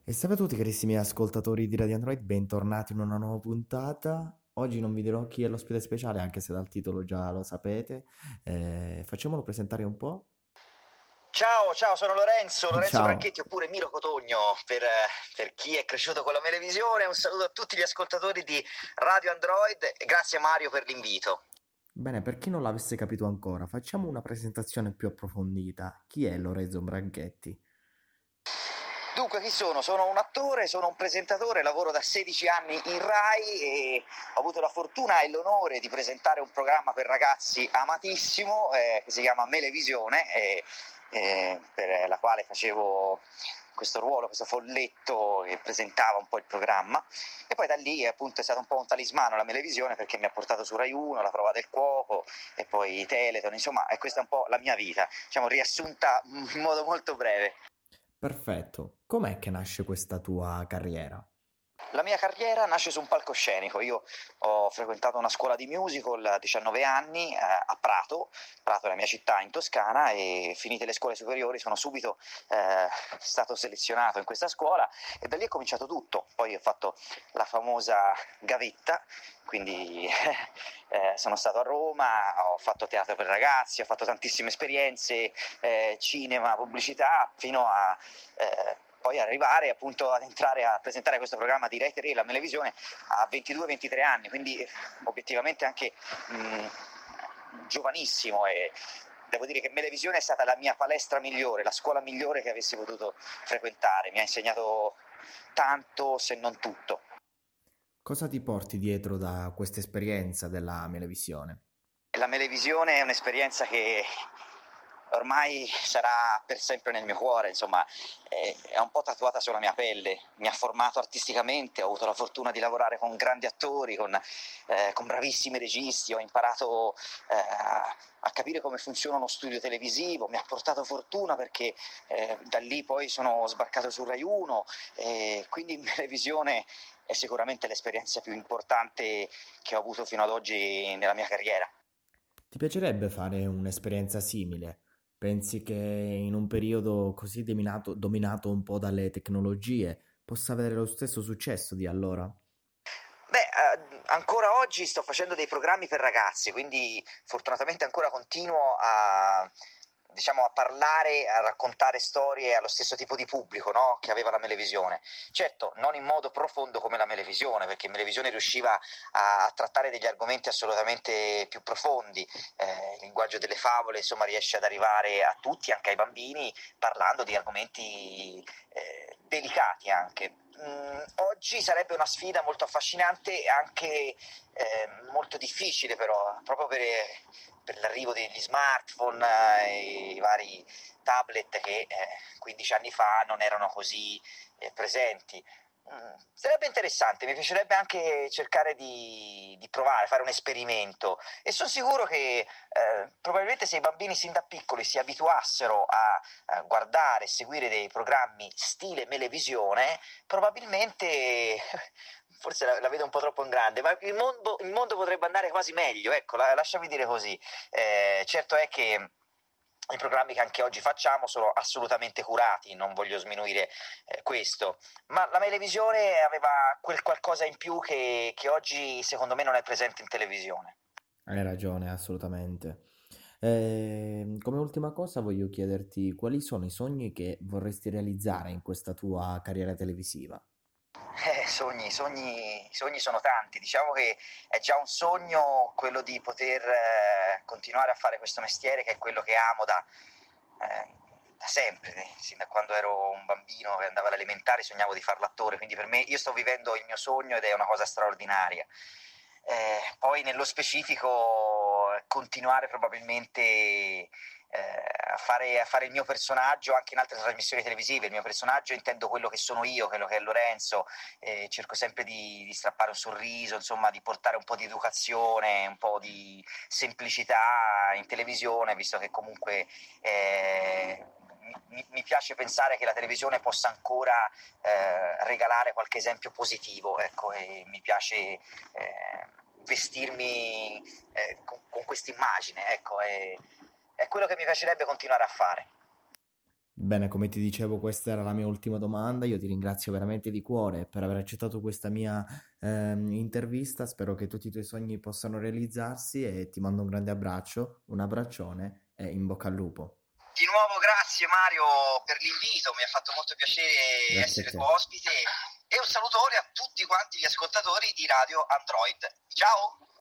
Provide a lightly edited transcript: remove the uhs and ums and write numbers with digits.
E salve a tutti carissimi ascoltatori di Radio Android, bentornati in una nuova puntata. Oggi non vi dirò chi è l'ospite speciale, anche se dal titolo già lo sapete. Facciamolo presentare un po'. Ciao, ciao, sono Lorenzo Ciao. Branchetti oppure Miro Cotogno per chi è cresciuto con la Melevisione. Un saluto a tutti gli ascoltatori di Radio Android e grazie Mario per l'invito. Bene, per chi non l'avesse capito ancora, facciamo una presentazione più approfondita. Chi è Lorenzo Branchetti? Dunque, chi sono? Sono un attore, sono un presentatore, lavoro da 16 anni in Rai e ho avuto la fortuna e l'onore di presentare un programma per ragazzi amatissimo che si chiama Melevisione, per la quale facevo questo ruolo, questo folletto che presentava un po' il programma, e poi da lì appunto è stato un po' un talismano la Melevisione, perché mi ha portato su Rai 1, la prova del cuoco e poi Teleton, insomma, e questa è un po' la mia vita, diciamo riassunta in modo molto breve. Perfetto. Com'è che nasce questa tua carriera? La mia carriera nasce su un palcoscenico. Io ho frequentato una scuola di musical a 19 anni a Prato. Prato è la mia città in Toscana, e finite le scuole superiori sono subito stato selezionato in questa scuola e da lì è cominciato tutto. Poi ho fatto la famosa gavetta, quindi sono stato a Roma, ho fatto teatro per ragazzi, ho fatto tantissime esperienze, cinema, pubblicità, fino a poi arrivare appunto ad entrare a presentare questo programma di Rai 3, la Melevisione, a 22-23 anni, quindi obiettivamente anche giovanissimo, e devo dire che Melevisione è stata la mia palestra migliore, la scuola migliore che avessi potuto frequentare, mi ha insegnato tanto se non tutto. Cosa ti porti dietro da questa esperienza della Melevisione? La Melevisione è un'esperienza che ormai sarà per sempre nel mio cuore, insomma, è un po' tatuata sulla mia pelle, mi ha formato artisticamente, ho avuto la fortuna di lavorare con grandi attori, con bravissimi registi, ho imparato a capire come funziona uno studio televisivo, mi ha portato fortuna perché da lì poi sono sbarcato su Rai 1, quindi in televisione è sicuramente l'esperienza più importante che ho avuto fino ad oggi nella mia carriera. Ti piacerebbe fare un'esperienza simile? Pensi che in un periodo così dominato un po' dalle tecnologie possa avere lo stesso successo di allora? Beh, ancora oggi sto facendo dei programmi per ragazzi, quindi fortunatamente ancora continuo diciamo, a parlare, a raccontare storie allo stesso tipo di pubblico, no? Che aveva la Melevisione. Certo, non in modo profondo come la Melevisione, perché Melevisione riusciva a trattare degli argomenti assolutamente più profondi. Il linguaggio delle favole, insomma, riesce ad arrivare a tutti, anche ai bambini, parlando di argomenti delicati anche. Oggi sarebbe una sfida molto affascinante e anche molto difficile, però, proprio per l'arrivo degli smartphone e i vari tablet che 15 anni fa non erano così presenti. Sarebbe interessante, mi piacerebbe anche cercare di provare, fare un esperimento, e sono sicuro che probabilmente se i bambini sin da piccoli si abituassero a guardare e seguire dei programmi stile Melevisione, probabilmente forse la vedo un po' troppo in grande, ma il mondo potrebbe andare quasi meglio, ecco, lasciami dire così. Certo è che i programmi che anche oggi facciamo sono assolutamente curati, non voglio sminuire questo, ma la Melevisione aveva quel qualcosa in più che oggi secondo me non è presente in televisione. Hai ragione, assolutamente. Come ultima cosa voglio chiederti quali sono i sogni che vorresti realizzare in questa tua carriera televisiva? I sogni sono tanti, diciamo che è già un sogno quello di poter continuare a fare questo mestiere, che è quello che amo da sempre, sin da quando ero un bambino che andava alle elementari sognavo di fare l'attore, quindi per me io sto vivendo il mio sogno ed è una cosa straordinaria. Poi nello specifico continuare probabilmente a fare il mio personaggio anche in altre trasmissioni televisive. Il mio personaggio intendo quello che sono io, quello che è Lorenzo, cerco sempre di strappare un sorriso, insomma di portare un po' di educazione, un po' di semplicità in televisione, visto che comunque mi piace pensare che la televisione possa ancora regalare qualche esempio positivo, ecco, e mi piace vestirmi con questa immagine, ecco, è quello che mi piacerebbe continuare a fare. Bene, come ti dicevo, questa era la mia ultima domanda. Io ti ringrazio veramente di cuore per aver accettato questa mia intervista. Spero che tutti i tuoi sogni possano realizzarsi e ti mando un grande abbraccio, un abbraccione e in bocca al lupo. Di nuovo grazie Mario per l'invito, mi ha fatto molto piacere Grazie a essere te. tuo ospite e un salutone a tutti quanti gli ascoltatori di Radio Android. Ciao!